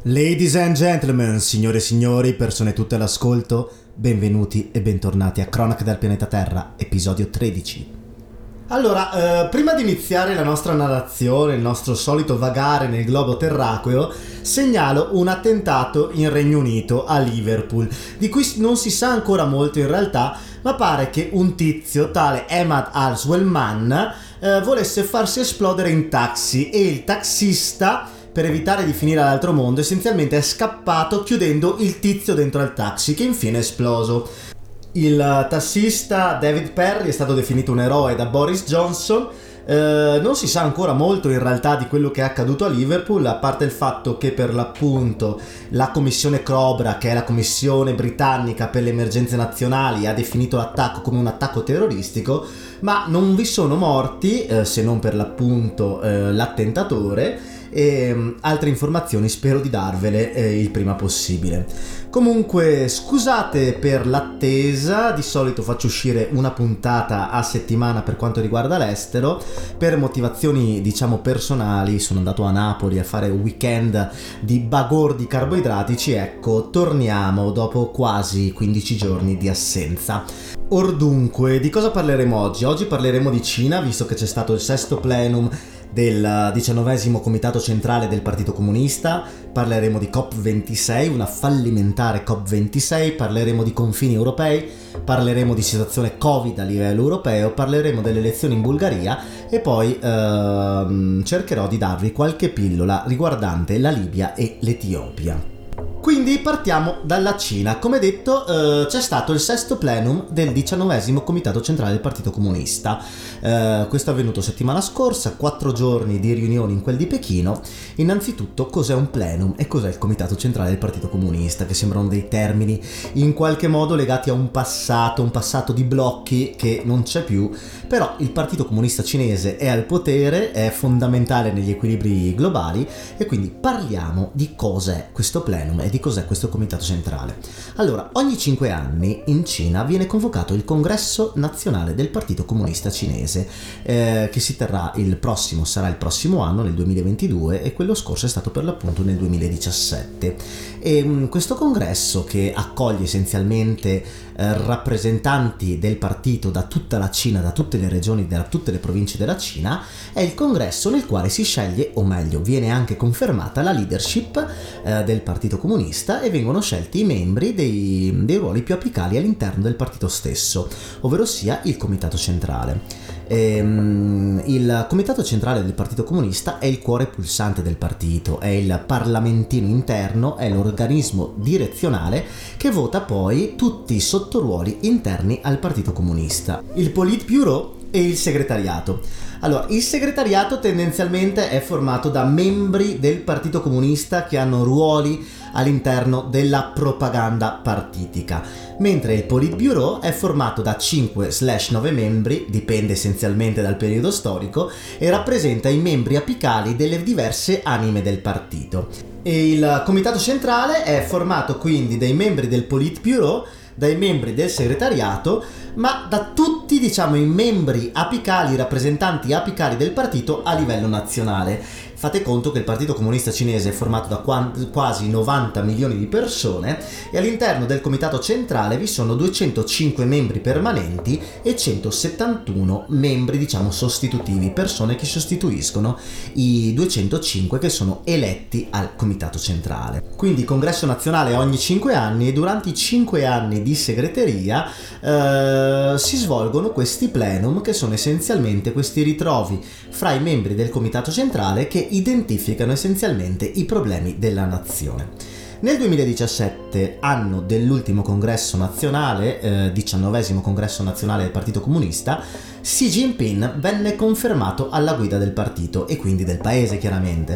Ladies and gentlemen, signore e signori, persone tutte all'ascolto, benvenuti e bentornati a Cronache del pianeta Terra, episodio 13. Allora, prima di iniziare la nostra narrazione, il nostro solito vagare nel globo terracqueo, segnalo un attentato in Regno Unito a Liverpool, di cui non si sa ancora molto in realtà, ma pare che un tizio tale Emad Al-Swelman volesse farsi esplodere in taxi e il taxista, per evitare di finire all'altro mondo, essenzialmente è scappato chiudendo il tizio dentro al taxi, che infine è esploso. Il tassista David Perry è stato definito un eroe da Boris Johnson. Non si sa ancora molto in realtà di quello che è accaduto a Liverpool, a parte il fatto che per l'appunto la commissione COBRA, che è la commissione britannica per le emergenze nazionali, ha definito l'attacco come un attacco terroristico, ma non vi sono morti, se non per l'appunto l'attentatore. E altre informazioni spero di darvele il prima possibile. Comunque scusate per l'attesa, di solito faccio uscire una puntata a settimana per quanto riguarda l'estero. Per motivazioni diciamo personali sono andato a Napoli a fare un weekend di bagordi carboidratici, ecco, torniamo dopo quasi 15 giorni di assenza. Ordunque, di cosa parleremo oggi? Oggi parleremo di Cina, visto che c'è stato il sesto plenum del 19° comitato centrale del Partito Comunista. Parleremo di COP26, una fallimentare COP26, parleremo di confini europei, parleremo di situazione Covid a livello europeo, parleremo delle elezioni in Bulgaria e poi cercherò di darvi qualche pillola riguardante la Libia e l'Etiopia. Quindi partiamo dalla Cina. Come detto, c'è stato il sesto plenum del 19° comitato centrale del Partito Comunista. Questo è avvenuto settimana scorsa, 4 giorni di riunioni in quel di Pechino. Innanzitutto, cos'è un plenum e cos'è il comitato centrale del Partito Comunista, che sembrano dei termini in qualche modo legati a un passato di blocchi che non c'è più, però il Partito Comunista cinese è al potere, è fondamentale negli equilibri globali e quindi parliamo di cos'è questo plenum e di cos'è questo comitato centrale. Allora, ogni 5 anni in Cina viene convocato il Congresso Nazionale del Partito Comunista Cinese, che si terrà sarà il prossimo anno, nel 2022, e quello scorso è stato per l'appunto nel 2017. E questo congresso, che accoglie essenzialmente rappresentanti del partito da tutta la Cina, da tutte le regioni, da tutte le province della Cina, è il congresso nel quale si sceglie, o meglio viene anche confermata la leadership del Partito Comunista, e vengono scelti i membri dei ruoli più apicali all'interno del partito stesso, ovvero sia il comitato centrale. Il comitato centrale del Partito Comunista è il cuore pulsante del partito, è il parlamentino interno, è l'organismo direzionale che vota poi tutti i sottoruoli interni al Partito Comunista, il Politburo e il segretariato. Allora, il segretariato tendenzialmente è formato da membri del Partito Comunista che hanno ruoli all'interno della propaganda partitica, mentre il Politburo è formato da 5/9 membri, dipende essenzialmente dal periodo storico, e rappresenta i membri apicali delle diverse anime del partito. E il comitato centrale è formato quindi dai membri del Politburo, dai membri del segretariato, ma da tutti, diciamo, i membri apicali, i rappresentanti apicali del partito a livello nazionale. Fate conto che il Partito Comunista Cinese è formato da quasi 90 milioni di persone e all'interno del comitato centrale vi sono 205 membri permanenti e 171 membri, diciamo, sostitutivi, persone che sostituiscono i 205 che sono eletti al comitato centrale. Quindi congresso nazionale ogni 5 anni, e durante i 5 anni di segreteria si svolgono questi plenum, che sono essenzialmente questi ritrovi fra i membri del comitato centrale che identificano essenzialmente i problemi della nazione. Nel 2017, anno dell'ultimo congresso nazionale, 19° congresso nazionale del Partito Comunista, Xi Jinping venne confermato alla guida del partito e quindi del paese, chiaramente.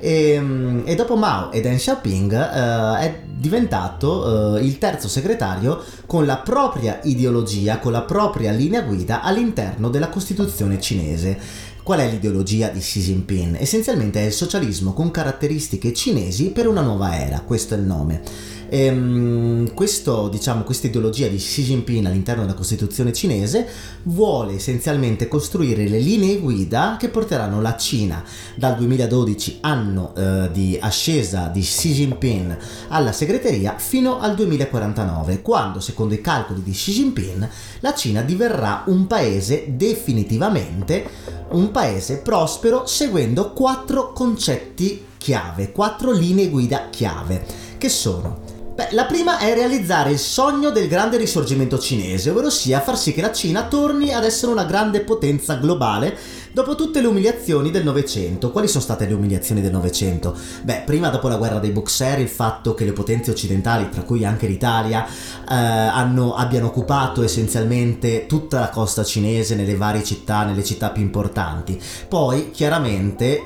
E dopo Mao e Deng Xiaoping è diventato il terzo segretario con la propria ideologia, con la propria linea guida all'interno della Costituzione cinese. Qual è l'ideologia di Xi Jinping? Essenzialmente è il socialismo con caratteristiche cinesi per una nuova era, questo è il nome. Questa ideologia di Xi Jinping all'interno della Costituzione cinese vuole essenzialmente costruire le linee guida che porteranno la Cina dal 2012, anno di ascesa di Xi Jinping alla segreteria, fino al 2049, quando, secondo i calcoli di Xi Jinping, la Cina diverrà un paese definitivamente un paese prospero, seguendo 4 concetti chiave, 4 linee guida chiave, che sono: la prima è realizzare il sogno del grande risorgimento cinese, ovvero sia far sì che la Cina torni ad essere una grande potenza globale dopo tutte le umiliazioni del Novecento. Quali sono state le umiliazioni del Novecento? Prima, dopo la guerra dei Boxer, il fatto che le potenze occidentali, tra cui anche l'Italia, abbiano occupato essenzialmente tutta la costa cinese nelle varie città, nelle città più importanti. Poi, chiaramente,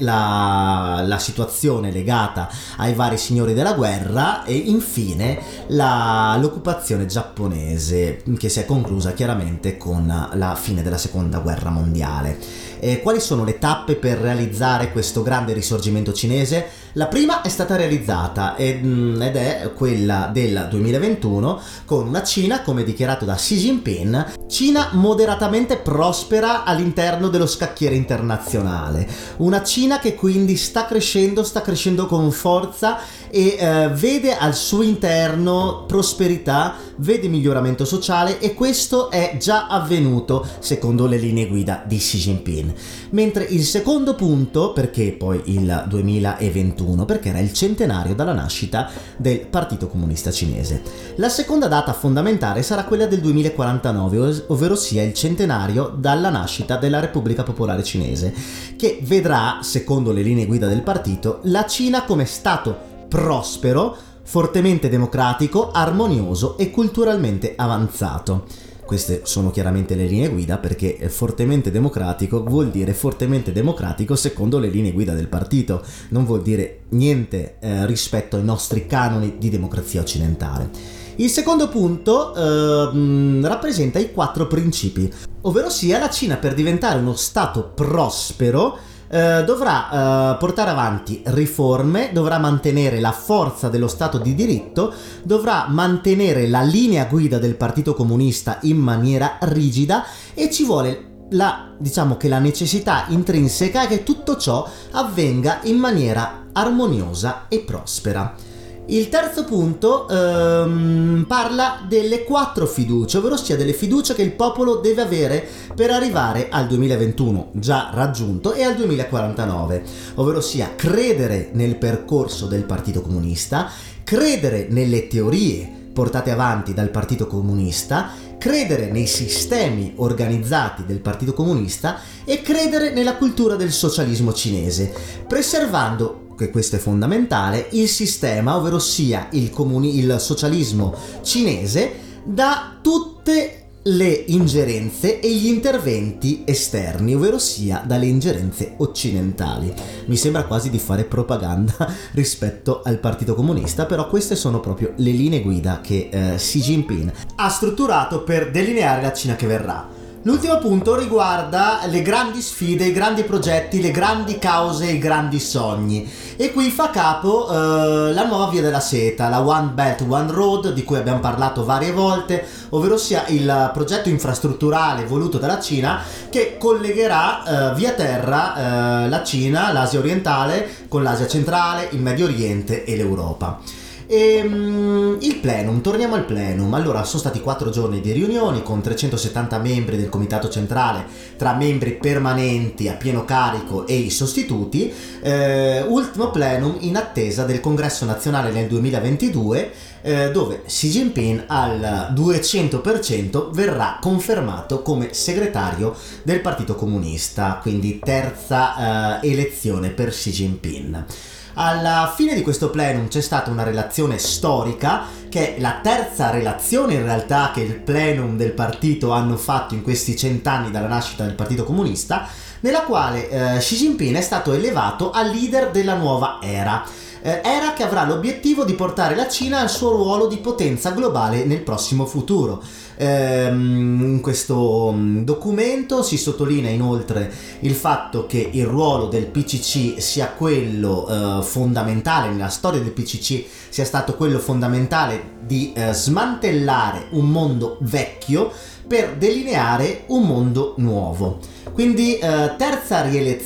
la situazione legata ai vari signori della guerra e infine l'occupazione giapponese, che si è conclusa chiaramente con la fine della seconda guerra mondiale. Quali sono le tappe per realizzare questo grande risorgimento cinese? La prima è stata realizzata ed è quella del 2021, con una Cina, come dichiarato da Xi Jinping, Cina moderatamente prospera all'interno dello scacchiere internazionale. Una Cina che quindi sta crescendo con forza e vede al suo interno prosperità, vede miglioramento sociale, e questo è già avvenuto secondo le linee guida di Xi Jinping. Mentre il secondo punto, perché poi il 2021? Perché era il centenario dalla nascita del Partito Comunista Cinese. La seconda data fondamentale sarà quella del 2049, ovvero sia il centenario dalla nascita della Repubblica Popolare Cinese, che vedrà, secondo le linee guida del partito, la Cina come stato prospero, fortemente democratico, armonioso e culturalmente avanzato. Queste sono chiaramente le linee guida, perché fortemente democratico vuol dire fortemente democratico secondo le linee guida del partito, non vuol dire niente rispetto ai nostri canoni di democrazia occidentale. Il secondo punto rappresenta i 4 principi, ovvero sia la Cina, per diventare uno stato prospero, dovrà portare avanti riforme, dovrà mantenere la forza dello Stato di diritto, dovrà mantenere la linea guida del Partito Comunista in maniera rigida, e ci vuole la necessità intrinseca è che tutto ciò avvenga in maniera armoniosa e prospera. Il terzo punto parla delle 4 fiducie, ovvero sia delle fiducie che il popolo deve avere per arrivare al 2021 già raggiunto e al 2049, ovvero sia credere nel percorso del Partito Comunista, credere nelle teorie portate avanti dal Partito Comunista, credere nei sistemi organizzati del Partito Comunista e credere nella cultura del socialismo cinese, preservando, che questo è fondamentale, il sistema, ovvero sia il socialismo cinese, da tutte le ingerenze e gli interventi esterni, ovvero sia dalle ingerenze occidentali. Mi sembra quasi di fare propaganda rispetto al Partito Comunista, però queste sono proprio le linee guida che Xi Jinping ha strutturato per delineare la Cina che verrà. L'ultimo punto riguarda le grandi sfide, i grandi progetti, le grandi cause, i grandi sogni, e qui fa capo la nuova via della seta, la One Belt One Road, di cui abbiamo parlato varie volte, ovvero sia il progetto infrastrutturale voluto dalla Cina che collegherà via terra la Cina, l'Asia orientale con l'Asia centrale, il Medio Oriente e l'Europa. Il plenum, torniamo al plenum. Allora, sono stati 4 giorni di riunioni con 370 membri del comitato centrale, tra membri permanenti a pieno carico e i sostituti. Ultimo plenum in attesa del congresso nazionale nel 2022, dove Xi Jinping al 200% verrà confermato come segretario del Partito Comunista, quindi terza elezione per Xi Jinping. Alla fine di questo plenum c'è stata una relazione storica, che è la terza relazione in realtà che il plenum del partito hanno fatto in questi 100 anni dalla nascita del Partito Comunista, nella quale Xi Jinping è stato elevato a leader della nuova era. era che avrà l'obiettivo di portare la Cina al suo ruolo di potenza globale nel prossimo futuro. In questo documento si sottolinea inoltre il fatto che il ruolo del PCC sia quello fondamentale nella storia del PCC, sia stato quello fondamentale di smantellare un mondo vecchio per delineare un mondo nuovo. Quindi terza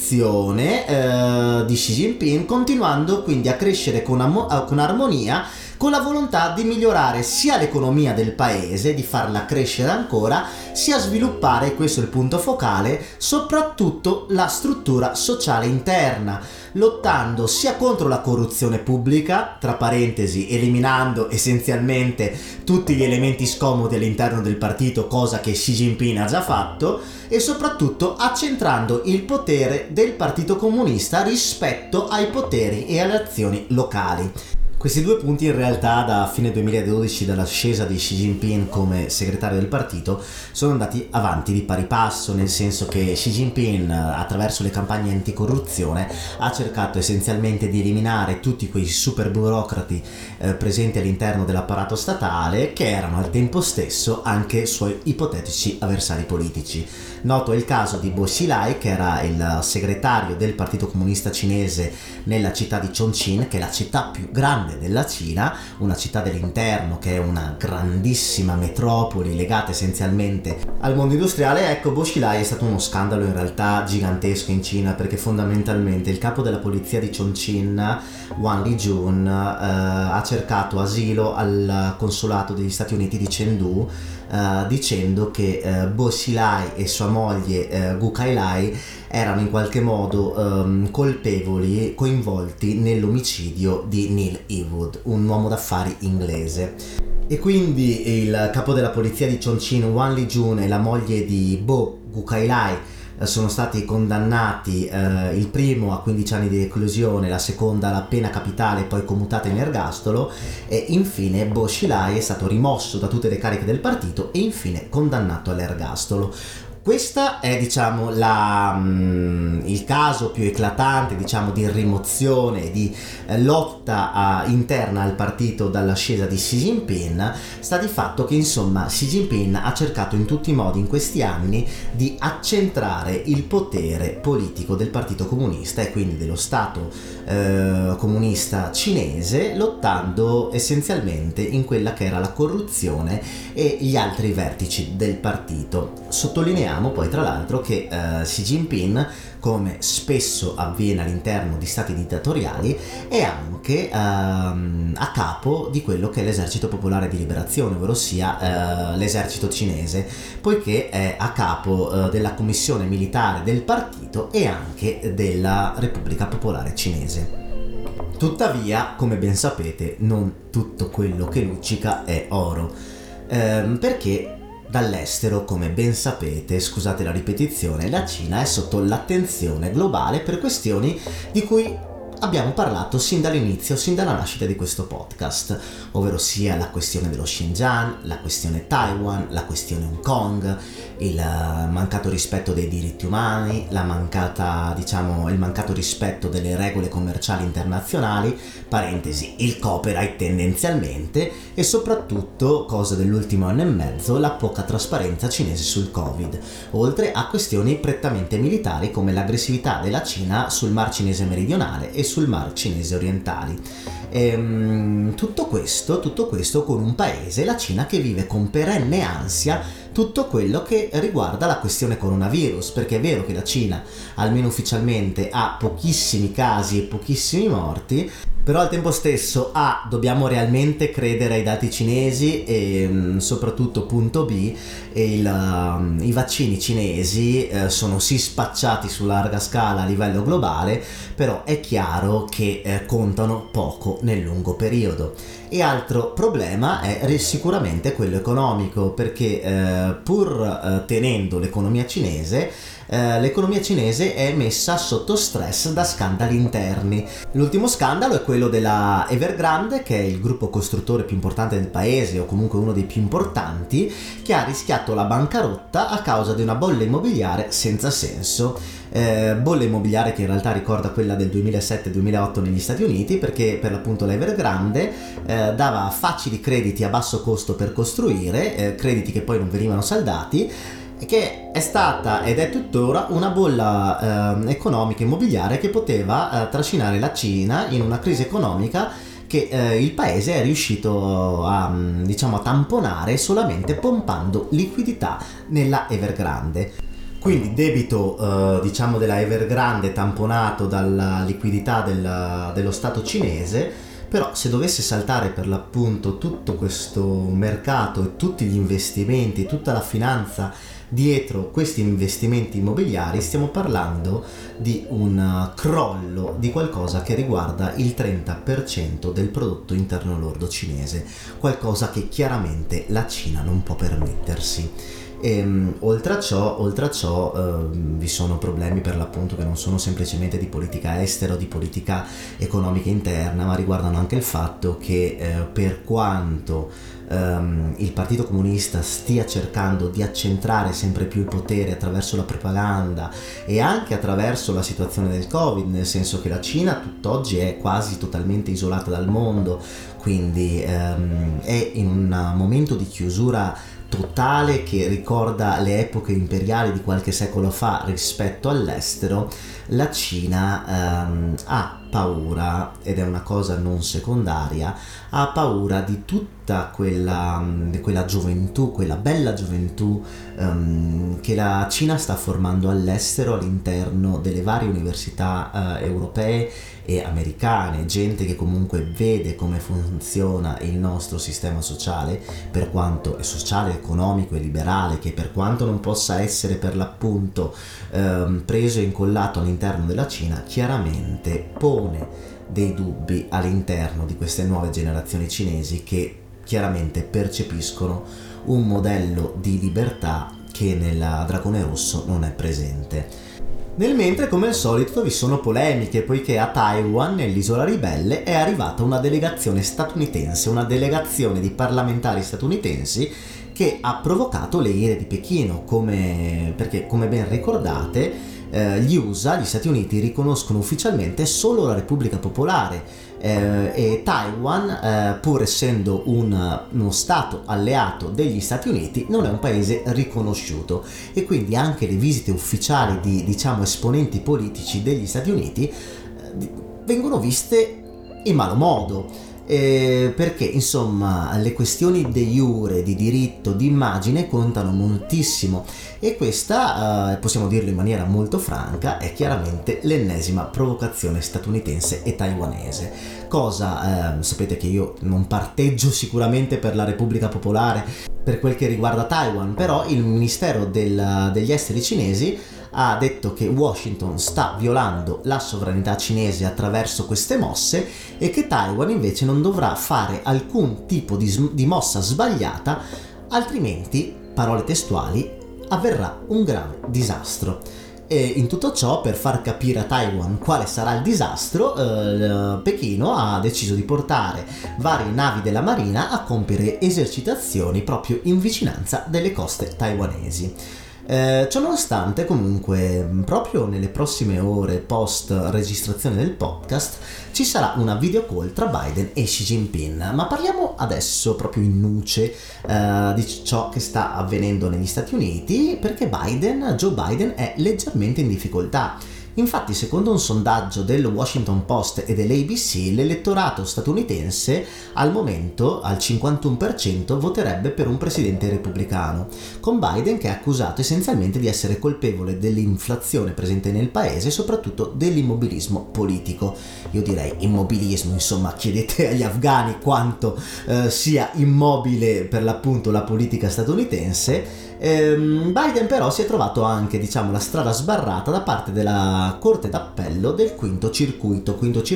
rielezione di Xi Jinping, continuando quindi a crescere con armonia, con la volontà di migliorare sia l'economia del paese, di farla crescere ancora, sia sviluppare, questo è il punto focale, soprattutto la struttura sociale interna, lottando sia contro la corruzione pubblica, tra parentesi eliminando essenzialmente tutti gli elementi scomodi all'interno del partito, cosa che Xi Jinping ha già fatto, e soprattutto accentrando il potere del Partito Comunista rispetto ai poteri e alle azioni locali. Questi due punti in realtà da fine 2012, dall'ascesa di Xi Jinping come segretario del partito, sono andati avanti di pari passo, nel senso che Xi Jinping attraverso le campagne anticorruzione ha cercato essenzialmente di eliminare tutti quei super burocrati presenti all'interno dell'apparato statale, che erano al tempo stesso anche suoi ipotetici avversari politici. Noto è il caso di Bo Xilai, che era il segretario del Partito Comunista Cinese nella città di Chongqing, che è la città più grande della Cina, una città dell'interno che è una grandissima metropoli legata essenzialmente al mondo industriale. Ecco, Bo Xilai è stato uno scandalo in realtà gigantesco in Cina, perché fondamentalmente il capo della polizia di Chongqing, Wang Lijun, ha cercato asilo al consolato degli Stati Uniti di Chengdu, dicendo che Bo Xilai e sua moglie Gu Kailai erano in qualche modo colpevoli, coinvolti nell'omicidio di Neil Ewood, un uomo d'affari inglese. E quindi il capo della polizia di Chongqing, Wang Lijun, e la moglie di Bo, Gu Kailai, sono stati condannati, il primo a 15 anni di reclusione, la seconda alla pena capitale poi commutata in ergastolo, e infine Bo Xilai è stato rimosso da tutte le cariche del partito e infine condannato all'ergastolo. Questa è, diciamo, il caso più eclatante, diciamo, di rimozione, di lotta interna al partito dall'ascesa di Xi Jinping. Sta di fatto che, insomma, Xi Jinping ha cercato in tutti i modi in questi anni di accentrare il potere politico del Partito Comunista e quindi dello Stato comunista cinese, lottando essenzialmente in quella che era la corruzione e gli altri vertici del partito. Sottolineiamo poi tra l'altro che Xi Jinping, come spesso avviene all'interno di stati dittatoriali, è anche a capo di quello che è l'esercito popolare di liberazione, ovvero sia l'esercito cinese, poiché è a capo della commissione militare del partito e anche della Repubblica Popolare Cinese. Tuttavia, come ben sapete, non tutto quello che luccica è oro, perché dall'estero, come ben sapete, scusate la ripetizione, la Cina è sotto l'attenzione globale per questioni di cui abbiamo parlato sin dall'inizio, sin dalla nascita di questo podcast, ovvero sia la questione dello Xinjiang, la questione Taiwan, la questione Hong Kong, il mancato rispetto dei diritti umani, il mancato rispetto delle regole commerciali internazionali, parentesi, il copyright tendenzialmente, e soprattutto, cosa dell'ultimo anno e mezzo, la poca trasparenza cinese sul Covid, oltre a questioni prettamente militari come l'aggressività della Cina sul Mar Cinese meridionale e sul Mar Cinese orientali. Tutto questo con un paese, la Cina, che vive con perenne ansia tutto quello che riguarda la questione coronavirus, perché è vero che la Cina, almeno ufficialmente, ha pochissimi casi e pochissimi morti, però al tempo stesso dobbiamo realmente credere ai dati cinesi e soprattutto punto B, i vaccini cinesi sono sì spacciati su larga scala a livello globale, però è chiaro che contano poco nel lungo periodo. E altro problema è sicuramente quello economico, perché pur tenendo l'economia cinese è messa sotto stress da scandali interni. L'ultimo scandalo è quello della Evergrande, che è il gruppo costruttore più importante del paese, o comunque uno dei più importanti, che ha rischiato la bancarotta a causa di una bolla immobiliare senza senso. Bolla immobiliare che in realtà ricorda quella del 2007-2008 negli Stati Uniti, perché per l'appunto la Evergrande dava facili crediti a basso costo per costruire, crediti che poi non venivano saldati, che è stata ed è tuttora una bolla economica immobiliare che poteva trascinare la Cina in una crisi economica che il paese è riuscito a tamponare solamente pompando liquidità nella Evergrande. Quindi debito della Evergrande tamponato dalla liquidità dello Stato cinese. Però se dovesse saltare per l'appunto tutto questo mercato e tutti gli investimenti, tutta la finanza dietro questi investimenti immobiliari, stiamo parlando di un crollo di qualcosa che riguarda il 30% del prodotto interno lordo cinese, qualcosa che chiaramente la Cina non può permettersi. E oltre a ciò vi sono problemi per l'appunto che non sono semplicemente di politica estera o di politica economica interna, ma riguardano anche il fatto che per quanto il Partito Comunista stia cercando di accentrare sempre più il potere attraverso la propaganda e anche attraverso la situazione del Covid, nel senso che la Cina tutt'oggi è quasi totalmente isolata dal mondo, quindi è in un momento di chiusura totale che ricorda le epoche imperiali di qualche secolo fa rispetto all'estero. La Cina ha paura, ed è una cosa non secondaria, ha paura di tutta quella gioventù, quella bella gioventù che la Cina sta formando all'estero all'interno delle varie università europee e americane, gente che comunque vede come funziona il nostro sistema sociale, per quanto è sociale, economico e liberale, che per quanto non possa essere per l'appunto preso e incollato all'interno della Cina, chiaramente pone dei dubbi all'interno di queste nuove generazioni cinesi che chiaramente percepiscono un modello di libertà che nel Dragone Rosso non è presente. Nel mentre, come al solito, vi sono polemiche, poiché a Taiwan, nell'isola ribelle, è arrivata una delegazione statunitense, una delegazione di parlamentari statunitensi che ha provocato le ire di Pechino, perché come ben ricordate gli Stati Uniti riconoscono ufficialmente solo la Repubblica Popolare e Taiwan, pur essendo uno stato alleato degli Stati Uniti, non è un paese riconosciuto, e quindi anche le visite ufficiali di esponenti politici degli Stati Uniti vengono viste in malo modo. Perché insomma le questioni de iure, di diritto, di immagine contano moltissimo, e questa, possiamo dirlo in maniera molto franca, è chiaramente l'ennesima provocazione statunitense e taiwanese. Sapete che io non parteggio sicuramente per la Repubblica Popolare per quel che riguarda Taiwan, però il Ministero degli Esteri cinesi ha detto che Washington sta violando la sovranità cinese attraverso queste mosse e che Taiwan invece non dovrà fare alcun tipo di mossa sbagliata, altrimenti, parole testuali, avverrà un gran disastro. E in tutto ciò, per far capire a Taiwan quale sarà il disastro, Pechino ha deciso di portare varie navi della marina a compiere esercitazioni proprio in vicinanza delle coste taiwanesi. Ciononostante, comunque, proprio nelle prossime ore post registrazione del podcast ci sarà una video call tra Biden e Xi Jinping, ma parliamo adesso proprio in nuce di ciò che sta avvenendo negli Stati Uniti, perché Joe Biden è leggermente in difficoltà. Infatti, secondo un sondaggio del Washington Post e dell'ABC, l'elettorato statunitense al momento, al 51%, voterebbe per un presidente repubblicano, con Biden che è accusato essenzialmente di essere colpevole dell'inflazione presente nel paese e soprattutto dell'immobilismo politico. Io direi immobilismo, insomma, chiedete agli afghani quanto sia immobile per l'appunto la politica statunitense. Biden però si è trovato anche, diciamo, la strada sbarrata da parte della Corte d'Appello del quinto circuito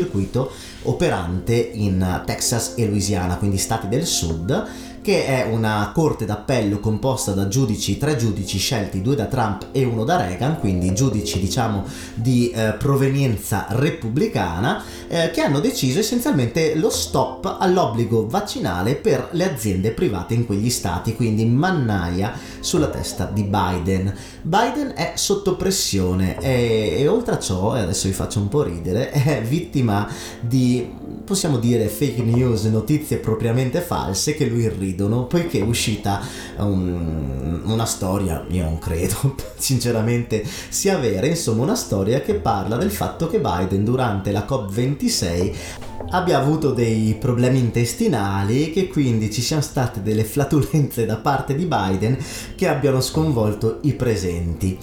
operante in Texas e Louisiana, quindi stati del sud, che è una corte d'appello composta da tre giudici scelti, 2 da Trump e 1 da Reagan, quindi giudici, diciamo, di provenienza repubblicana, che hanno deciso essenzialmente lo stop all'obbligo vaccinale per le aziende private in quegli stati, quindi mannaia sulla testa di Biden. Biden è sotto pressione e oltre a ciò, e adesso vi faccio un po' ridere, è vittima di, possiamo dire, fake news, notizie propriamente false che lui irridono, poiché è uscita una storia, io non credo sinceramente sia vera, insomma una storia che parla del fatto che Biden durante la COP26 abbia avuto dei problemi intestinali, che quindi ci siano state delle flatulenze da parte di Biden che abbiano sconvolto i presenti,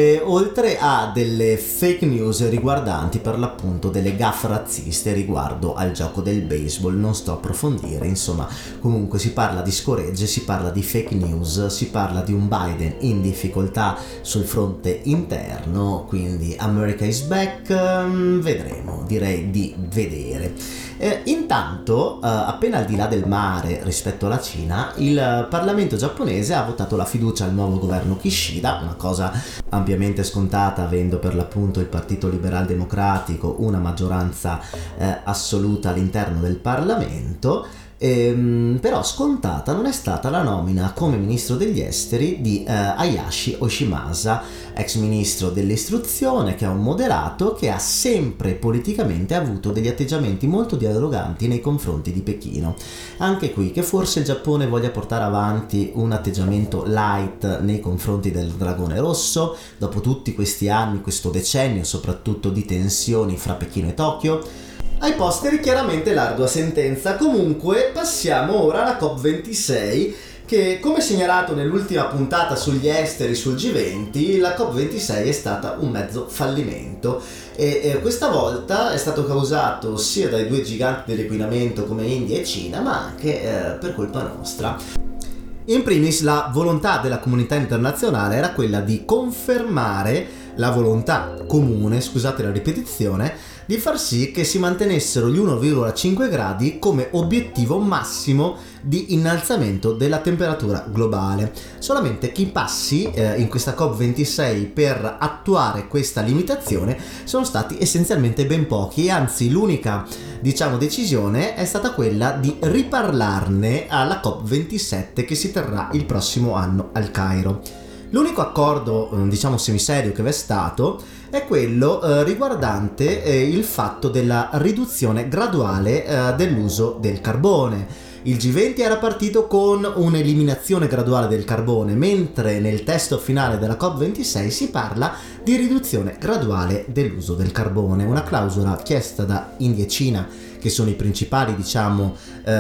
oltre a delle fake news riguardanti per l'appunto delle gaffe razziste riguardo al gioco del baseball. Non sto a approfondire, insomma comunque si parla di scoregge, si parla di fake news, si parla di un Biden in difficoltà sul fronte interno, quindi America is back, vedremo, direi di vedere. Intanto, appena al di là del mare rispetto alla Cina, il Parlamento giapponese ha votato la fiducia al nuovo governo Kishida, una cosa ampiamente scontata avendo per l'appunto il Partito Liberal Democratico una maggioranza assoluta all'interno del Parlamento. Però scontata non è stata la nomina come ministro degli esteri di Hayashi Hoshimasa, ex ministro dell'istruzione, che è un moderato che ha sempre politicamente avuto degli atteggiamenti molto dialoganti nei confronti di Pechino. Anche qui, che forse il Giappone voglia portare avanti un atteggiamento light nei confronti del dragone rosso dopo tutti questi anni, questo decennio soprattutto di tensioni fra Pechino e Tokyo. Ai posteri chiaramente l'ardua sentenza. Comunque passiamo ora alla COP26, che, come segnalato nell'ultima puntata sugli esteri sul G20, la COP26 è stata un mezzo fallimento e questa volta è stato causato sia dai due giganti dell'inquinamento come India e Cina, ma anche per colpa nostra. In primis la volontà della comunità internazionale era quella di confermare la volontà comune, scusate la ripetizione, di far sì che si mantenessero gli 1,5 gradi come obiettivo massimo di innalzamento della temperatura globale. Solamente che i passi in questa COP26 per attuare questa limitazione sono stati essenzialmente ben pochi, e anzi l'unica, diciamo, decisione è stata quella di riparlarne alla COP27 che si terrà il prossimo anno al Cairo. L'unico accordo, diciamo, semiserio che v'è stato è quello riguardante il fatto della riduzione graduale dell'uso del carbone. Il G20 era partito con un'eliminazione graduale del carbone, mentre nel testo finale della COP26 si parla di riduzione graduale dell'uso del carbone, una clausola chiesta da India e Cina, che sono i principali, diciamo,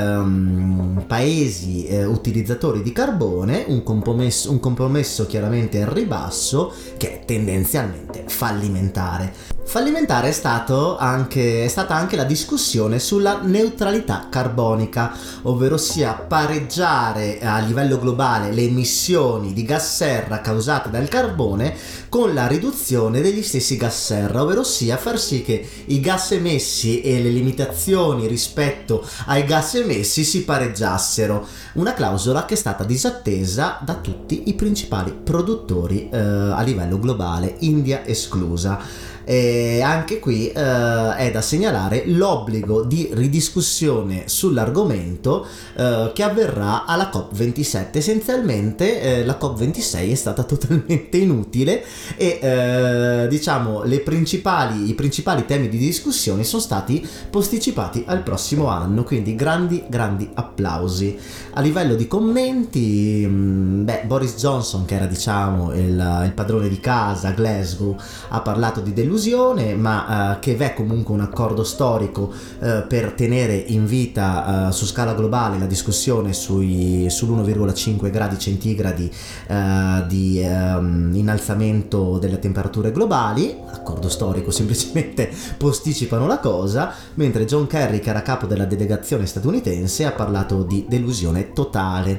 paesi utilizzatori di carbone, un compromesso chiaramente al ribasso che è tendenzialmente fallimentare. Fallimentare è stata anche la discussione sulla neutralità carbonica, ovvero sia pareggiare a livello globale le emissioni di gas serra causate dal carbone con la riduzione degli stessi gas serra, ovvero sia far sì che i gas emessi e le limitazioni rispetto ai gas emessi si pareggiassero, una clausola che è stata disattesa da tutti i principali produttori a livello globale, India esclusa. E anche qui è da segnalare l'obbligo di ridiscussione sull'argomento che avverrà alla COP27. Essenzialmente la COP26 è stata totalmente inutile e diciamo i principali temi di discussione sono stati posticipati al prossimo anno, quindi grandi applausi. A livello di commenti, Boris Johnson, che era, diciamo, il padrone di casa a Glasgow, ha parlato di delusione, ma che v'è comunque un accordo storico per tenere in vita su scala globale la discussione sull'1,5 gradi centigradi di innalzamento delle temperature globali. Accordo storico, semplicemente posticipano la cosa, mentre John Kerry, che era capo della delegazione statunitense, ha parlato di delusione totale.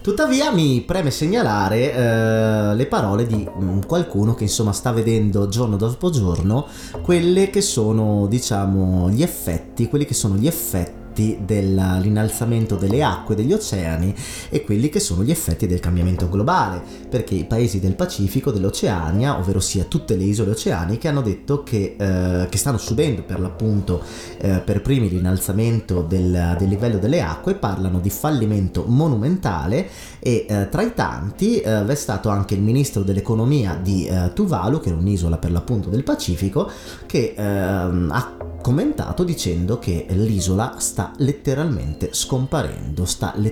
Tuttavia mi preme segnalare le parole di qualcuno che insomma sta vedendo giorno dopo giorno quelle che sono, diciamo, quelli che sono gli effetti dell'innalzamento delle acque degli oceani e quelli che sono gli effetti del cambiamento globale, perché i paesi del Pacifico, dell'Oceania, ovvero sia tutte le isole oceaniche, hanno detto che stanno subendo per l'appunto per primi l'innalzamento del livello delle acque, parlano di fallimento monumentale e tra i tanti v'è stato anche il ministro dell'economia di Tuvalu, che è un'isola per l'appunto del Pacifico, che ha commentato dicendo che l'isola sta letteralmente scomparendo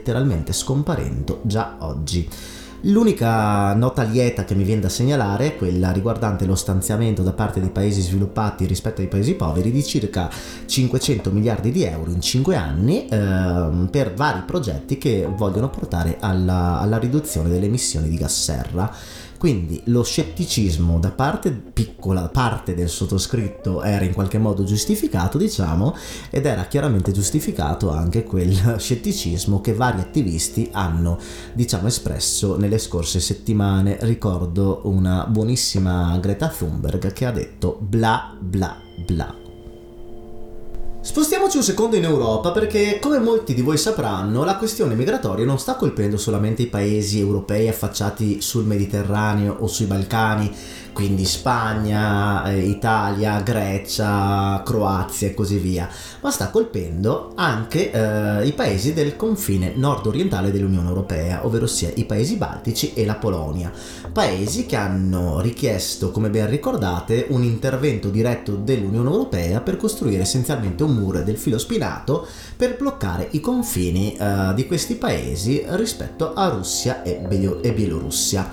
già oggi. L'unica nota lieta che mi viene da segnalare è quella riguardante lo stanziamento da parte dei paesi sviluppati rispetto ai paesi poveri di circa 500 miliardi di euro in 5 anni per vari progetti che vogliono portare alla riduzione delle emissioni di gas serra. Quindi lo scetticismo da piccola parte del sottoscritto era in qualche modo giustificato, diciamo, ed era chiaramente giustificato anche quel scetticismo che vari attivisti hanno, diciamo, espresso nelle scorse settimane. Ricordo una buonissima Greta Thunberg che ha detto bla bla bla. Spostiamoci un secondo in Europa, perché come molti di voi sapranno la questione migratoria non sta colpendo solamente i paesi europei affacciati sul Mediterraneo o sui Balcani, quindi Spagna, Italia, Grecia, Croazia e così via, ma sta colpendo anche i paesi del confine nord-orientale dell'Unione Europea, ovvero sia i paesi baltici e la Polonia, paesi che hanno richiesto, come ben ricordate, un intervento diretto dell'Unione Europea per costruire essenzialmente un muro del filo spinato per bloccare i confini di questi paesi rispetto a Russia e Bielorussia.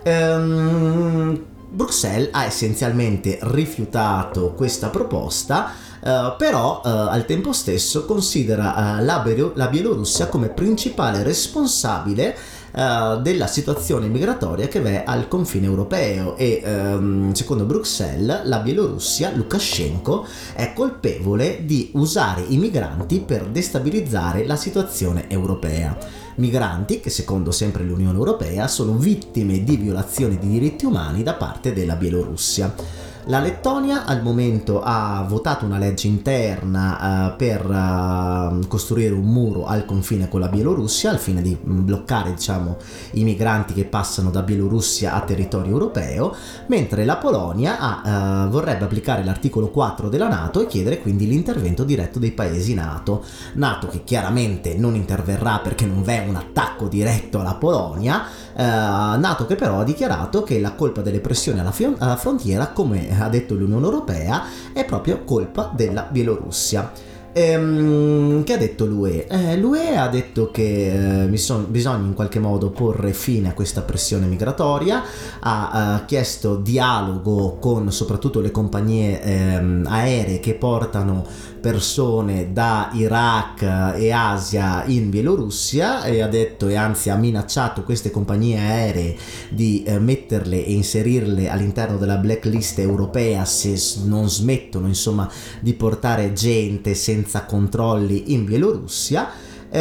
Bruxelles ha essenzialmente rifiutato questa proposta, però al tempo stesso considera la Bielorussia come principale responsabile della situazione migratoria che v'è al confine europeo e secondo Bruxelles la Bielorussia, Lukashenko, è colpevole di usare i migranti per destabilizzare la situazione europea. Migranti che, secondo sempre l'Unione Europea, sono vittime di violazioni di diritti umani da parte della Bielorussia. La Lettonia al momento ha votato una legge interna per costruire un muro al confine con la Bielorussia al fine di bloccare, diciamo, i migranti che passano da Bielorussia a territorio europeo, mentre la Polonia vorrebbe applicare l'articolo 4 della NATO e chiedere quindi l'intervento diretto dei paesi NATO che chiaramente non interverrà perché non v'è un attacco diretto alla Polonia, NATO che però ha dichiarato che la colpa delle pressioni alla frontiera, come ha detto l'Unione Europea, è proprio colpa della Bielorussia. Che ha detto l'UE? L'UE ha detto che bisogna in qualche modo porre fine a questa pressione migratoria, ha chiesto dialogo con soprattutto le compagnie aeree che portano persone da Iraq e Asia in Bielorussia e ha detto, e anzi ha minacciato queste compagnie aeree di metterle e inserirle all'interno della blacklist europea se non smettono, insomma, di portare gente senza controlli in Bielorussia. E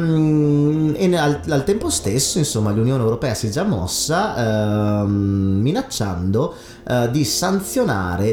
al tempo stesso, insomma, l'Unione Europea si è già mossa minacciando di sanzionare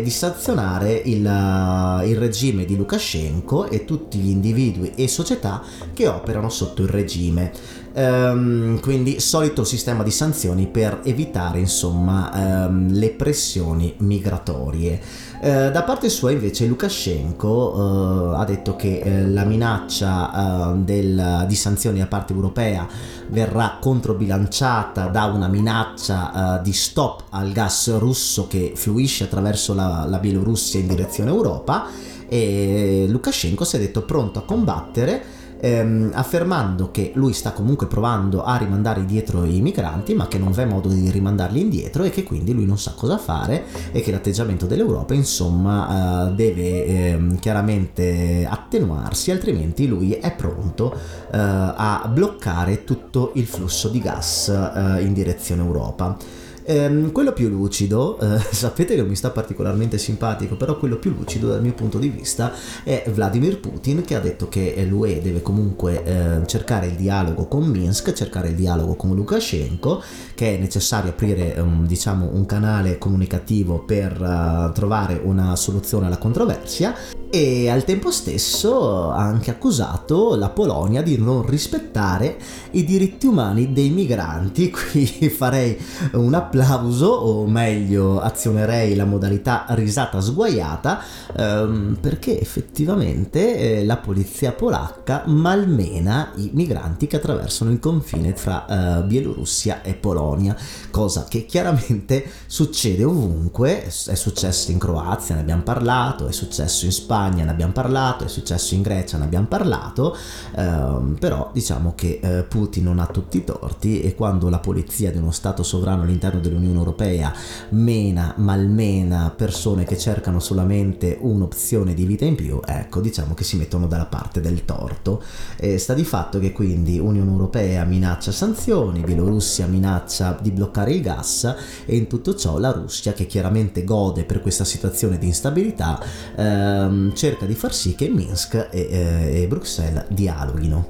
il regime di Lukashenko e tutti gli individui e società che operano sotto il regime. Quindi solito sistema di sanzioni per evitare, insomma, le pressioni migratorie. Da parte sua invece Lukashenko ha detto che la minaccia di sanzioni da parte europea verrà controbilanciata da una minaccia di stop al gas russo che fluisce attraverso la Bielorussia in direzione Europa, e Lukashenko si è detto pronto a combattere, affermando che lui sta comunque provando a rimandare indietro i migranti, ma che non v'è modo di rimandarli indietro e che quindi lui non sa cosa fare e che l'atteggiamento dell'Europa, insomma, deve chiaramente attenuarsi, altrimenti lui è pronto a bloccare tutto il flusso di gas in direzione Europa. Quello più lucido, sapete che mi sta particolarmente simpatico, però quello più lucido dal mio punto di vista è Vladimir Putin, che ha detto che l'UE deve comunque cercare il dialogo con Minsk, cercare il dialogo con Lukashenko, che è necessario aprire un canale comunicativo per trovare una soluzione alla controversia, e al tempo stesso ha anche accusato la Polonia di non rispettare i diritti umani dei migranti. Qui farei un applauso, o meglio azionerei la modalità risata sguaiata, perché effettivamente la polizia polacca malmena i migranti che attraversano il confine fra Bielorussia e Polonia, cosa che chiaramente succede ovunque. È successo in Croazia, ne abbiamo parlato, è successo in Spagna, ne abbiamo parlato, è successo in Grecia, ne abbiamo parlato, però diciamo che Putin non ha tutti i torti, e quando la polizia di uno stato sovrano all'interno dell'Unione Europea malmena persone che cercano solamente un'opzione di vita in più, ecco, diciamo che si mettono dalla parte del torto. Sta di fatto che quindi Unione Europea minaccia sanzioni, Bielorussia minaccia di bloccare il gas, e in tutto ciò la Russia, che chiaramente gode per questa situazione di instabilità, cerca di far sì che Minsk e Bruxelles dialoghino.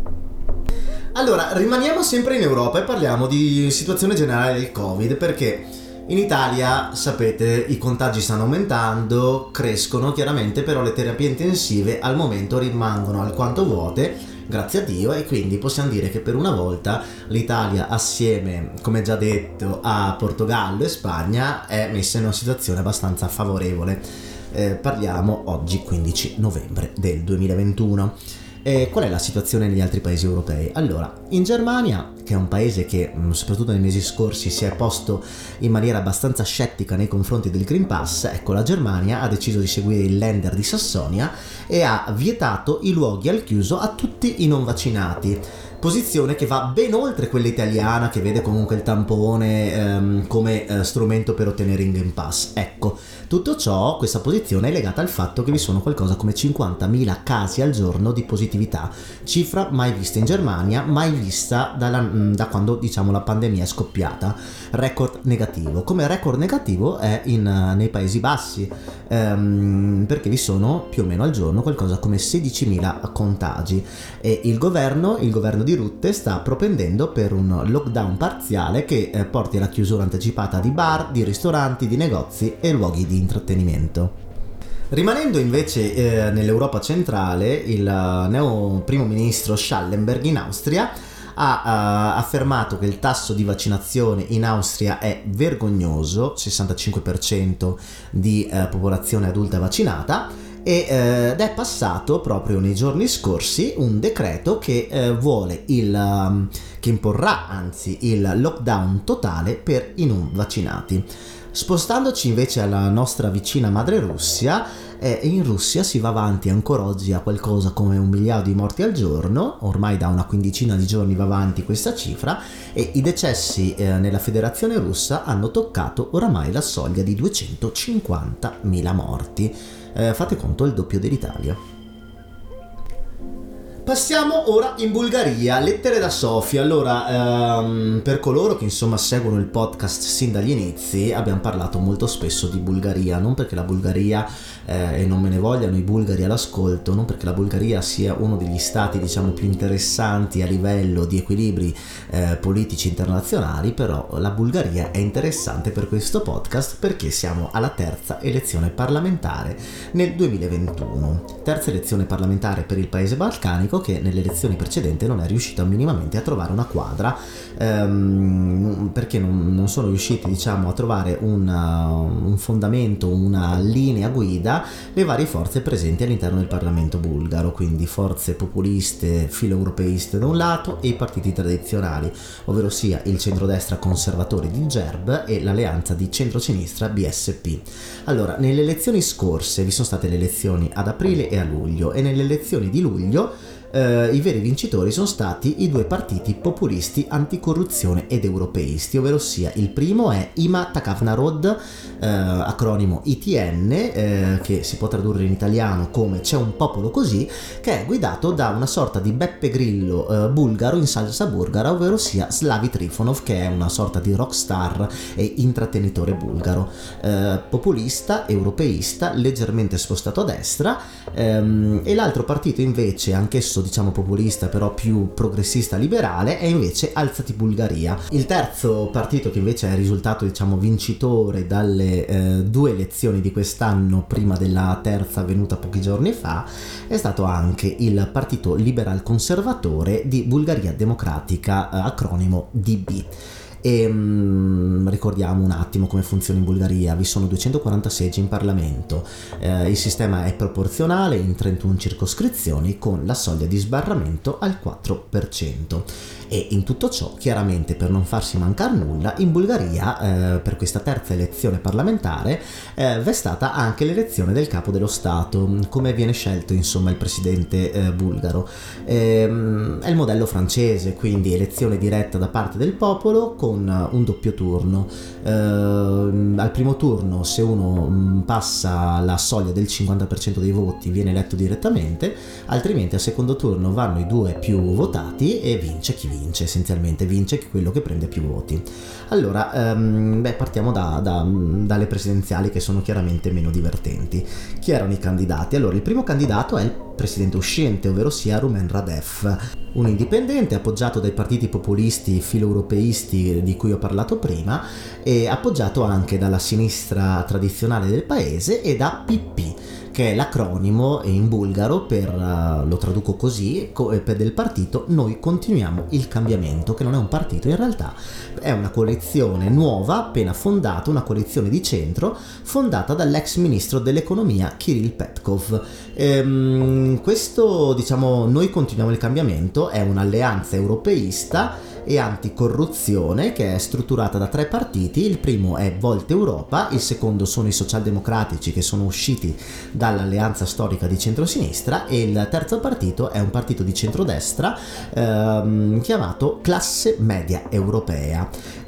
Allora, rimaniamo sempre in Europa e parliamo di situazione generale del Covid, perché in Italia, sapete, i contagi stanno aumentando, crescono chiaramente, però le terapie intensive al momento rimangono alquanto vuote, grazie a Dio, e quindi possiamo dire che per una volta l'Italia, assieme, come già detto, a Portogallo e Spagna, è messa in una situazione abbastanza favorevole. Parliamo oggi 15 novembre del 2021. Qual è la situazione negli altri paesi europei? Allora, in Germania, che è un paese che soprattutto nei mesi scorsi si è posto in maniera abbastanza scettica nei confronti del Green Pass, ecco, la Germania ha deciso di seguire il Länder di Sassonia e ha vietato i luoghi al chiuso a tutti i non vaccinati. Posizione che va ben oltre quella italiana, che vede comunque il tampone come strumento per ottenere il Green Pass. Ecco, tutto ciò, questa posizione è legata al fatto che vi sono qualcosa come 50.000 casi al giorno di positività, cifra mai vista in Germania, mai vista da quando, diciamo, la pandemia è scoppiata. Record negativo. Come record negativo è nei Paesi Bassi, perché vi sono più o meno al giorno qualcosa come 16.000 contagi, e il governo di Rutte sta propendendo per un lockdown parziale che porti alla chiusura anticipata di bar, di ristoranti, di negozi e luoghi di intrattenimento. Rimanendo invece nell'Europa centrale, il neo primo ministro Schallenberg in Austria ha affermato che il tasso di vaccinazione in Austria è vergognoso, 65% di popolazione adulta vaccinata, ed è passato proprio nei giorni scorsi un decreto che che imporrà anzi il lockdown totale per i non vaccinati. Spostandoci invece alla nostra vicina madre Russia, in Russia si va avanti ancora oggi a qualcosa come 1 miliardo di morti al giorno, ormai da una quindicina di giorni va avanti questa cifra, e i decessi nella federazione russa hanno toccato oramai la soglia di 250.000 morti. Fate conto, il doppio dell'Italia. Passiamo ora in Bulgaria, lettere da Sofia. Allora, per coloro che insomma seguono il podcast sin dagli inizi, abbiamo parlato molto spesso di Bulgaria, non perché la Bulgaria, e non me ne vogliano i bulgari all'ascolto, non perché la Bulgaria sia uno degli stati, diciamo, più interessanti a livello di equilibri politici internazionali, però la Bulgaria è interessante per questo podcast perché siamo alla terza elezione parlamentare nel 2021. Terza elezione parlamentare per il paese balcanico, che nelle elezioni precedenti non è riuscito minimamente a trovare una quadra, perché non sono riusciti, diciamo, a trovare un fondamento, una linea guida le varie forze presenti all'interno del Parlamento bulgaro, quindi forze populiste filo-europeiste da un lato e i partiti tradizionali, ovvero sia il centrodestra conservatore di GERB e l'alleanza di centrosinistra BSP. Allora, nelle elezioni scorse vi sono state le elezioni ad aprile e a luglio, e nelle elezioni di luglio i veri vincitori sono stati i due partiti populisti anticorruzione ed europeisti, ovvero sia il primo è Ima Takavnarod, acronimo ITN, che si può tradurre in italiano come C'è un popolo così, che è guidato da una sorta di Beppe Grillo bulgaro in salsa bulgara, ovvero sia Slavi Trifonov, che è una sorta di rockstar e intrattenitore bulgaro, populista, europeista, leggermente spostato a destra, e l'altro partito invece, anch'esso diciamo populista però più progressista liberale, è invece Alzati Bulgaria. Il terzo partito, che invece è risultato diciamo vincitore dalle due elezioni di quest'anno prima della terza avvenuta pochi giorni fa, è stato anche il partito liberal conservatore di Bulgaria Democratica, acronimo DB. E ricordiamo un attimo come funziona in Bulgaria. Vi sono 240 seggi in Parlamento, il sistema è proporzionale in 31 circoscrizioni con la soglia di sbarramento al 4%, e in tutto ciò, chiaramente per non farsi mancare nulla, in Bulgaria per questa terza elezione parlamentare v'è stata anche l'elezione del capo dello Stato. Come viene scelto insomma il presidente bulgaro? È il modello francese, quindi elezione diretta da parte del popolo con un doppio turno. Al primo turno, se uno passa la soglia del 50% dei voti, viene eletto direttamente, altrimenti al secondo turno vanno i due più votati e vince chi vince, essenzialmente vince quello che prende più voti. Allora, partiamo dalle presidenziali, che sono chiaramente meno divertenti. Chi erano i candidati? Allora, il primo candidato è il presidente uscente, ovvero sia Rumen Radev, un indipendente appoggiato dai partiti populisti filo-europeisti di cui ho parlato prima, e appoggiato anche dalla sinistra tradizionale del paese e da PP, che è l'acronimo in bulgaro per, lo traduco così, per del partito Noi Continuiamo il Cambiamento, che non è un partito, in realtà è una coalizione nuova appena fondata, una coalizione di centro fondata dall'ex ministro dell'economia Kirill Petkov. Questo, diciamo, Noi Continuiamo il Cambiamento è un'alleanza europeista e anticorruzione che è strutturata da tre partiti. Il primo è Volt Europa, il secondo sono i socialdemocratici, che sono usciti dall'alleanza storica di centrosinistra, e il terzo partito è un partito di centrodestra chiamato Classe Media Europea.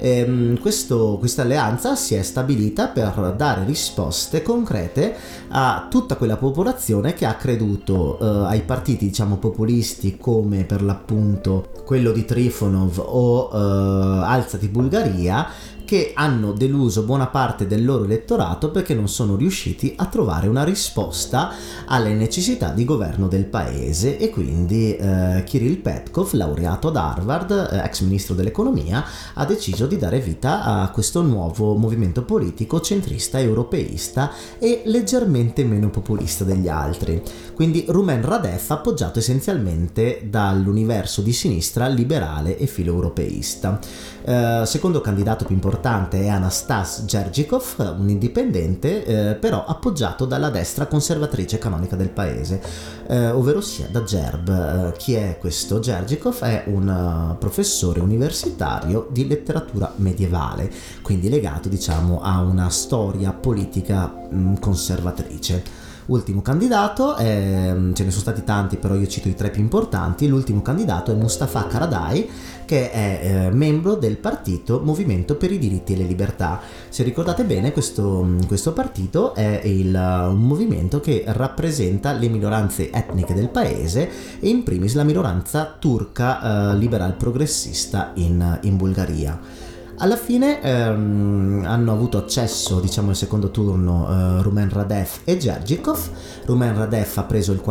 Questa alleanza si è stabilita per dare risposte concrete a tutta quella popolazione che ha creduto ai partiti, diciamo, populisti come per l'appunto quello di Trifonov o Alzati Bulgaria, che hanno deluso buona parte del loro elettorato perché non sono riusciti a trovare una risposta alle necessità di governo del paese, e quindi Kirill Petkov, laureato ad Harvard, ex ministro dell'economia, ha deciso di dare vita a questo nuovo movimento politico centrista, europeista e leggermente meno populista degli altri. Quindi Rumen Radev, appoggiato essenzialmente dall'universo di sinistra liberale e filo-europeista. Secondo candidato più importante è Anastas Gergikov, un indipendente però appoggiato dalla destra conservatrice canonica del paese, ovvero sia da GERB. Chi è questo Gergikov? È un professore universitario di letteratura medievale, quindi legato, diciamo, a una storia politica conservatrice. Ultimo candidato, ce ne sono stati tanti, però io cito i tre più importanti. L'ultimo candidato è Mustafa Karadai, che è membro del partito Movimento per i diritti e le libertà. Se ricordate bene, questo partito è un movimento che rappresenta le minoranze etniche del paese, e in primis la minoranza turca liberal progressista in Bulgaria. Alla fine hanno avuto accesso, diciamo, al secondo turno Rumen Radev e Gergikov. Rumen Radev ha preso il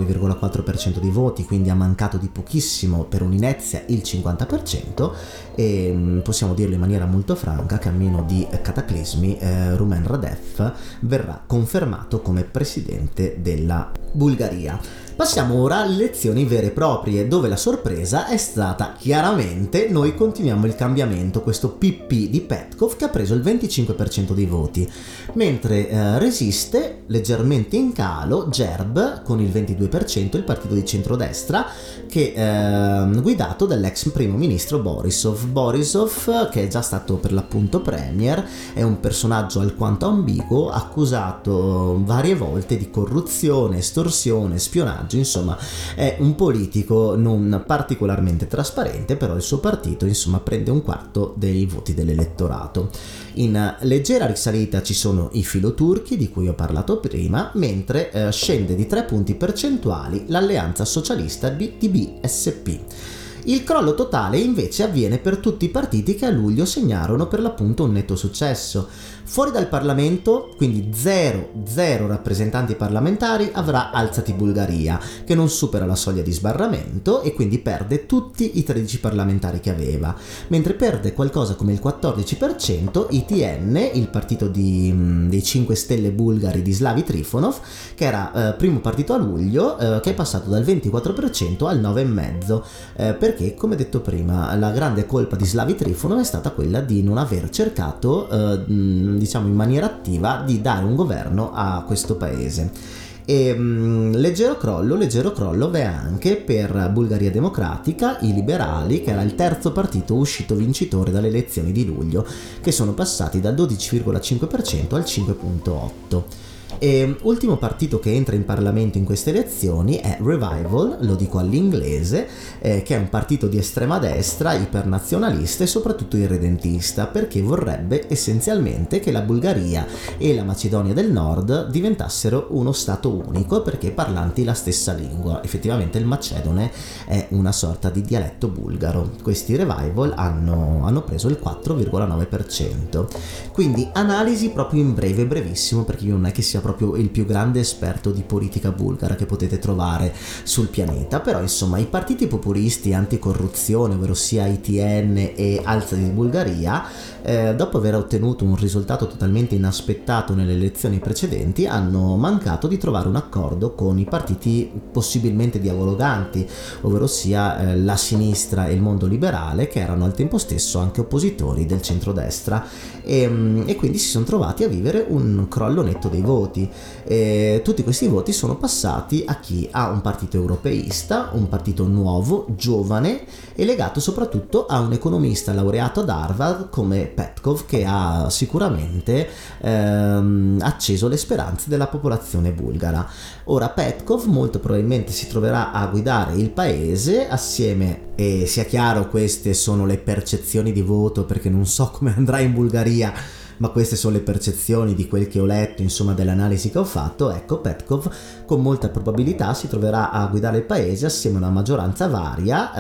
49,4% dei voti, quindi ha mancato di pochissimo per un'inezia il 50%, e possiamo dirlo in maniera molto franca che a meno di cataclismi Rumen Radev verrà confermato come presidente della Bulgaria. Passiamo ora alle elezioni vere e proprie, dove la sorpresa è stata chiaramente Noi Continuiamo il Cambiamento, questo PP di Petkov, che ha preso il 25% dei voti, mentre resiste leggermente in calo GERB con il 22%, il partito di centrodestra che guidato dall'ex primo ministro Borisov, che è già stato per l'appunto premier, è un personaggio alquanto ambiguo, politico accusato varie volte di corruzione, estorsione, spionaggio. Insomma, è un politico non particolarmente trasparente, però il suo partito insomma prende un quarto dei voti dell'elettorato. In leggera risalita ci sono i filoturchi di cui ho parlato prima, mentre scende di 3 punti percentuali l'alleanza socialista di BSP. Il crollo totale invece avviene per tutti i partiti che a luglio segnarono per l'appunto un netto successo. Fuori dal Parlamento, quindi zero rappresentanti parlamentari, avrà Alzati Bulgaria, che non supera la soglia di sbarramento e quindi perde tutti i 13 parlamentari che aveva, mentre perde qualcosa come il 14% ITN, il partito dei 5 Stelle bulgari di Slavi Trifonov, che era primo partito a luglio, che è passato dal 24% al 9,5%, perché, come detto prima, la grande colpa di Slavi Trifonov è stata quella di non aver cercato diciamo in maniera attiva di dare un governo a questo paese. E leggero crollo v'è anche per Bulgaria Democratica, i liberali, che era il terzo partito uscito vincitore dalle elezioni di luglio, che sono passati dal 12,5% al 5,8%. E ultimo partito che entra in Parlamento in queste elezioni è Revival, lo dico all'inglese, che è un partito di estrema destra, ipernazionalista e soprattutto irredentista, perché vorrebbe essenzialmente che la Bulgaria e la Macedonia del Nord diventassero uno stato unico, perché parlanti la stessa lingua. Effettivamente il macedone è una sorta di dialetto bulgaro. Questi Revival hanno preso il 4,9%. Quindi analisi proprio in breve, brevissimo, perché io non è che sia proprio il più grande esperto di politica bulgara che potete trovare sul pianeta, però insomma i partiti populisti anticorruzione, ovvero sia ITN e Alzati di Bulgaria, dopo aver ottenuto un risultato totalmente inaspettato nelle elezioni precedenti, hanno mancato di trovare un accordo con i partiti possibilmente dialoganti, ovvero sia la sinistra e il mondo liberale, che erano al tempo stesso anche oppositori del centrodestra, e quindi si sono trovati a vivere un crollo netto dei voti. Tutti questi voti sono passati a chi? A un partito europeista, un partito nuovo, giovane e legato soprattutto a un economista laureato ad Harvard come Petkov, che ha sicuramente acceso le speranze della popolazione bulgara. Ora Petkov molto probabilmente si troverà a guidare il paese assieme, e sia chiaro, queste sono le percezioni di voto perché non so come andrà in Bulgaria, ma queste sono le percezioni di quel che ho letto, insomma, dell'analisi che ho fatto. Ecco, Petkov con molta probabilità si troverà a guidare il paese assieme a una maggioranza varia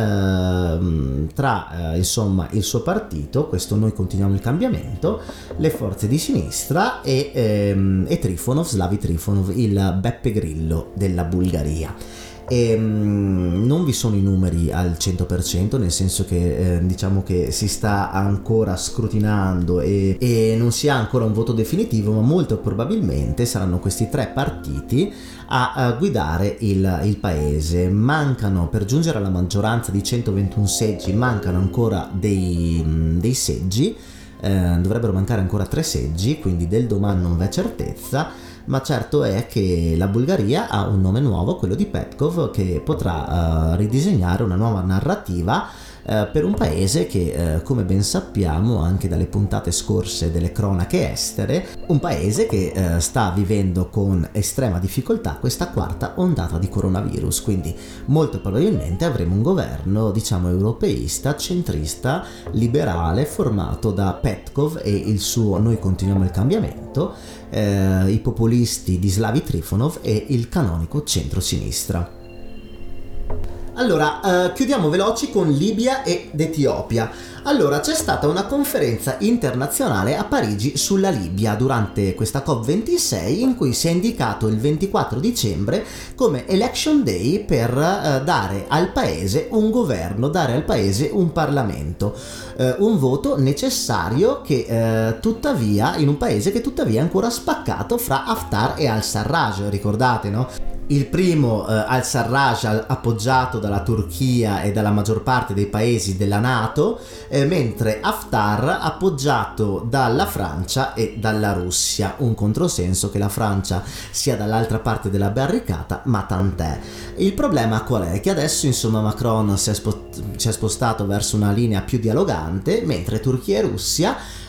tra insomma il suo partito, questo Noi Continuiamo il Cambiamento, le forze di sinistra e Trifonov, Slavi Trifonov, il Beppe Grillo della Bulgaria. E non vi sono i numeri al 100%, nel senso che diciamo che si sta ancora scrutinando e non si ha ancora un voto definitivo, ma molto probabilmente saranno questi 3 partiti a guidare il paese. Mancano, per giungere alla maggioranza di 121 seggi, mancano ancora dei seggi, dovrebbero mancare ancora 3 seggi, quindi del domani non v'è certezza. Ma certo è che la Bulgaria ha un nome nuovo, quello di Petkov, che potrà ridisegnare una nuova narrativa per un paese che, come ben sappiamo anche dalle puntate scorse delle cronache estere, un paese che sta vivendo con estrema difficoltà questa quarta ondata di coronavirus. Quindi molto probabilmente avremo un governo, diciamo, europeista, centrista, liberale, formato da Petkov e il suo Noi Continuiamo il Cambiamento, i populisti di Slavi Trifonov e il canonico centro-sinistra. Allora, chiudiamo veloci con Libia ed Etiopia. Allora, c'è stata una conferenza internazionale a Parigi sulla Libia durante questa COP26, in cui si è indicato il 24 dicembre come election day per dare al paese un governo, dare al paese un Parlamento, un voto necessario che tuttavia, in un paese che tuttavia è ancora spaccato fra Haftar e al-Sarraj, ricordate, no? Il primo al-Sarraj appoggiato dalla Turchia e dalla maggior parte dei paesi della NATO, mentre Haftar appoggiato dalla Francia e dalla Russia. Un controsenso che la Francia sia dall'altra parte della barricata, ma tant'è. Il problema qual è? Che adesso insomma Macron si è spostato verso una linea più dialogante, mentre Turchia e Russia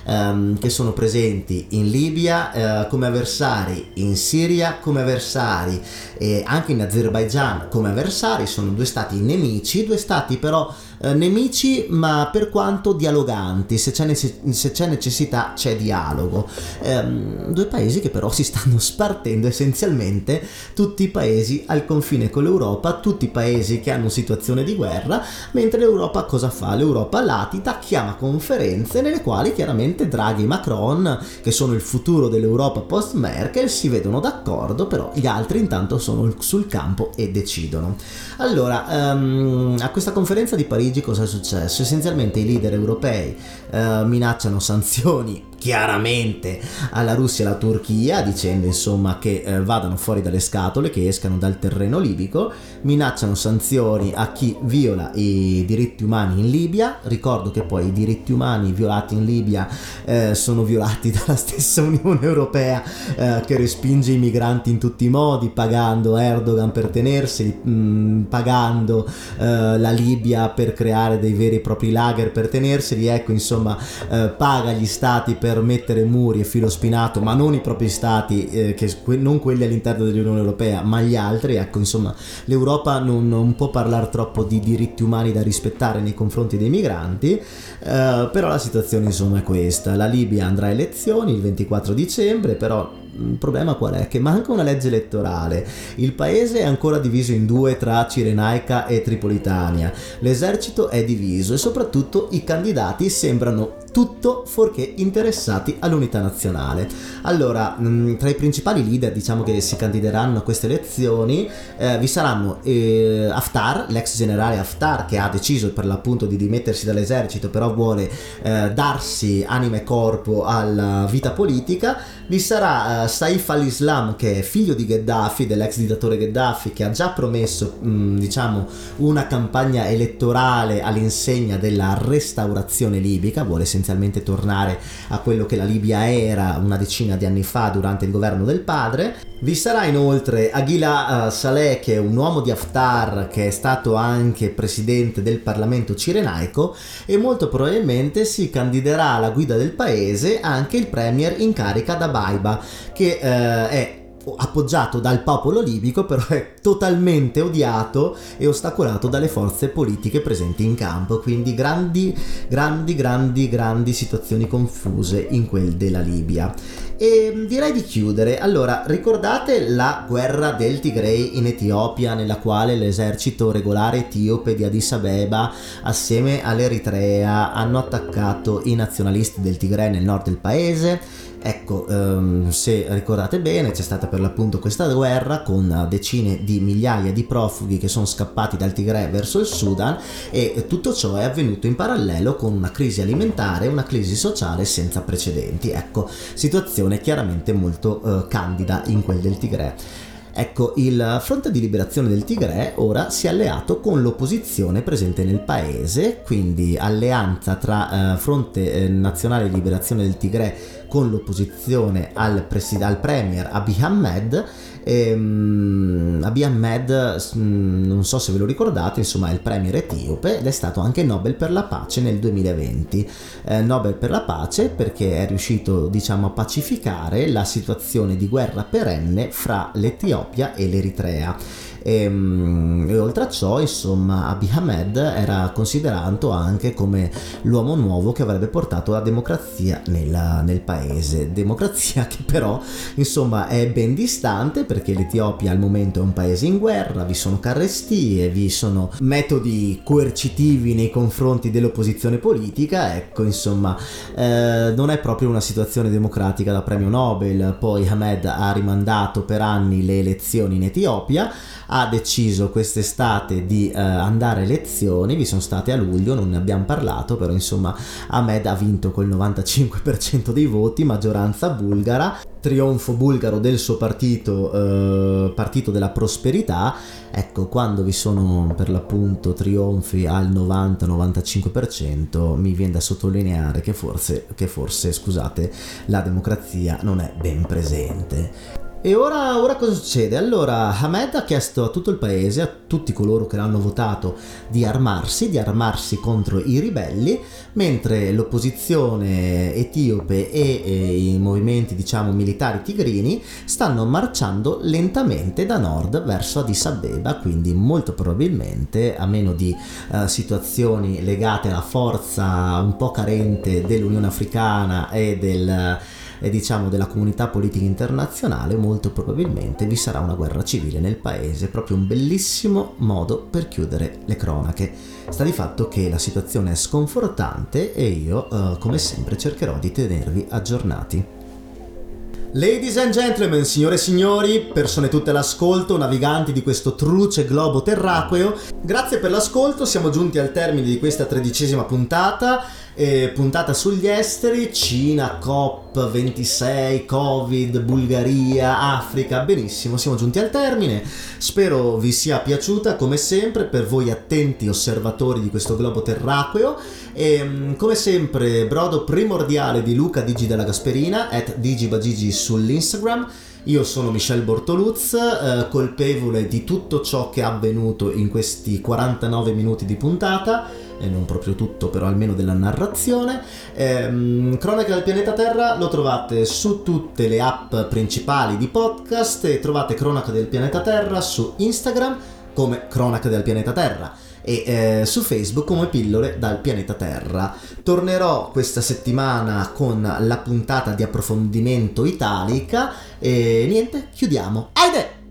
che sono presenti in Libia come avversari, in Siria come avversari e anche in Azerbaigian come avversari. Sono due stati nemici, due stati però nemici ma per quanto dialoganti, se c'è necessità c'è dialogo, due paesi che però si stanno spartendo essenzialmente tutti i paesi al confine con l'Europa, tutti i paesi che hanno situazione di guerra, mentre l'Europa cosa fa? L'Europa latita, chiama conferenze nelle quali chiaramente Draghi e Macron, che sono il futuro dell'Europa post Merkel, si vedono d'accordo, però gli altri intanto sono sul campo e decidono. Allora, a questa conferenza di Parigi cosa è successo? Essenzialmente i leader europei minacciano sanzioni chiaramente alla Russia e alla Turchia, dicendo insomma che vadano fuori dalle scatole, che escano dal terreno libico, minacciano sanzioni a chi viola i diritti umani in Libia. Ricordo che poi i diritti umani violati in Libia sono violati dalla stessa Unione Europea, che respinge i migranti in tutti i modi, pagando Erdogan per tenerseli, pagando la Libia per creare dei veri e propri lager per tenerseli, ecco insomma paga gli stati per mettere muri e filo spinato, ma non i propri stati, non quelli all'interno dell'Unione Europea, ma gli altri. Ecco insomma l'Europa non può parlare troppo di diritti umani da rispettare nei confronti dei migranti, però la situazione insomma è questa. La Libia andrà a elezioni il 24 dicembre, però il problema qual è? Che manca una legge elettorale, il paese è ancora diviso in due tra Cirenaica e Tripolitania, l'esercito è diviso e soprattutto i candidati sembrano tutto fuorché interessati all'unità nazionale. Allora, tra i principali leader, diciamo, che si candideranno a queste elezioni, vi saranno Haftar, l'ex generale Haftar, che ha deciso per l'appunto di dimettersi dall'esercito, però vuole darsi anima e corpo alla vita politica. Vi sarà Saif al-Islam, che è figlio di Gheddafi, dell'ex dittatore Gheddafi, che ha già promesso diciamo una campagna elettorale all'insegna della restaurazione libica, vuole essenzialmente tornare a quello che la Libia era una decina di anni fa durante il governo del padre. Vi sarà inoltre Aghila Saleh, che è un uomo di Haftar, che è stato anche presidente del Parlamento cirenaico, e molto probabilmente si candiderà alla guida del paese anche il premier in carica Dabaiba, che è appoggiato dal popolo libico, però è totalmente odiato e ostacolato dalle forze politiche presenti in campo, quindi grandi situazioni confuse in quel della Libia. E direi di chiudere. Allora, ricordate la guerra del Tigray in Etiopia, nella quale l'esercito regolare etiope di Addis Abeba assieme all'Eritrea hanno attaccato i nazionalisti del Tigray nel nord del paese? Ecco, se ricordate bene, c'è stata per l'appunto questa guerra con decine di migliaia di profughi che sono scappati dal Tigray verso il Sudan, e tutto ciò è avvenuto in parallelo con una crisi alimentare, una crisi sociale senza precedenti. Ecco, situazione chiaramente molto candida in quel del Tigray. Ecco, il Fronte di Liberazione del Tigray ora si è alleato con l'opposizione presente nel paese, quindi alleanza tra Fronte Nazionale di Liberazione del Tigray con l'opposizione al premier Abiy Ahmed. Abiy Ahmed, non so se ve lo ricordate, insomma è il premier etiope ed è stato anche Nobel per la pace nel 2020. Nobel per la pace perché è riuscito, diciamo, a pacificare la situazione di guerra perenne fra l'Etiopia e l'Eritrea. E oltre a ciò, insomma, Abiy Ahmed era considerato anche come l'uomo nuovo che avrebbe portato la democrazia nel paese, democrazia che però insomma è ben distante, perché l'Etiopia al momento è un paese in guerra, vi sono carestie, vi sono metodi coercitivi nei confronti dell'opposizione politica. Ecco, insomma, non è proprio una situazione democratica da premio Nobel. Poi Ahmed ha rimandato per anni le elezioni in Etiopia, ha deciso quest'estate di andare a elezioni, vi sono state a luglio, non ne abbiamo parlato, però insomma Ahmed ha vinto col 95% dei voti, maggioranza bulgara, trionfo bulgaro del suo partito, partito della prosperità. Ecco, quando vi sono per l'appunto trionfi al 90-95%, mi viene da sottolineare che forse, scusate, la democrazia non è ben presente. E ora cosa succede? Allora Ahmed ha chiesto a tutto il paese, a tutti coloro che l'hanno votato, di armarsi contro i ribelli, mentre l'opposizione etiope e i movimenti, diciamo, militari tigrini stanno marciando lentamente da nord verso Addis Abeba, quindi molto probabilmente, a meno di situazioni legate alla forza un po' carente dell'Unione Africana e diciamo della comunità politica internazionale, molto probabilmente vi sarà una guerra civile nel paese, proprio un bellissimo modo per chiudere le cronache. Sta di fatto che la situazione è sconfortante e io, come sempre, cercherò di tenervi aggiornati. Ladies and gentlemen, signore e signori, persone tutte all'ascolto, naviganti di questo truce globo terracqueo, grazie per l'ascolto, siamo giunti al termine di questa 13ª puntata sugli esteri, Cina, COP26, Covid, Bulgaria, Africa, benissimo, siamo giunti al termine, spero vi sia piaciuta come sempre per voi attenti osservatori di questo globo terracqueo e come sempre brodo primordiale di Luca Digi della Gasperina @digibagigi sull'Instagram. Io sono Michel Bortoluz, colpevole di tutto ciò che è avvenuto in questi 49 minuti di puntata, e non proprio tutto, però almeno della narrazione. Cronache del pianeta Terra lo trovate su tutte le app principali di podcast e trovate Cronache del pianeta Terra su Instagram come Cronache del pianeta Terra e su Facebook come Pillole dal pianeta Terra. Tornerò questa settimana con la puntata di approfondimento italica e niente, chiudiamo. Aide!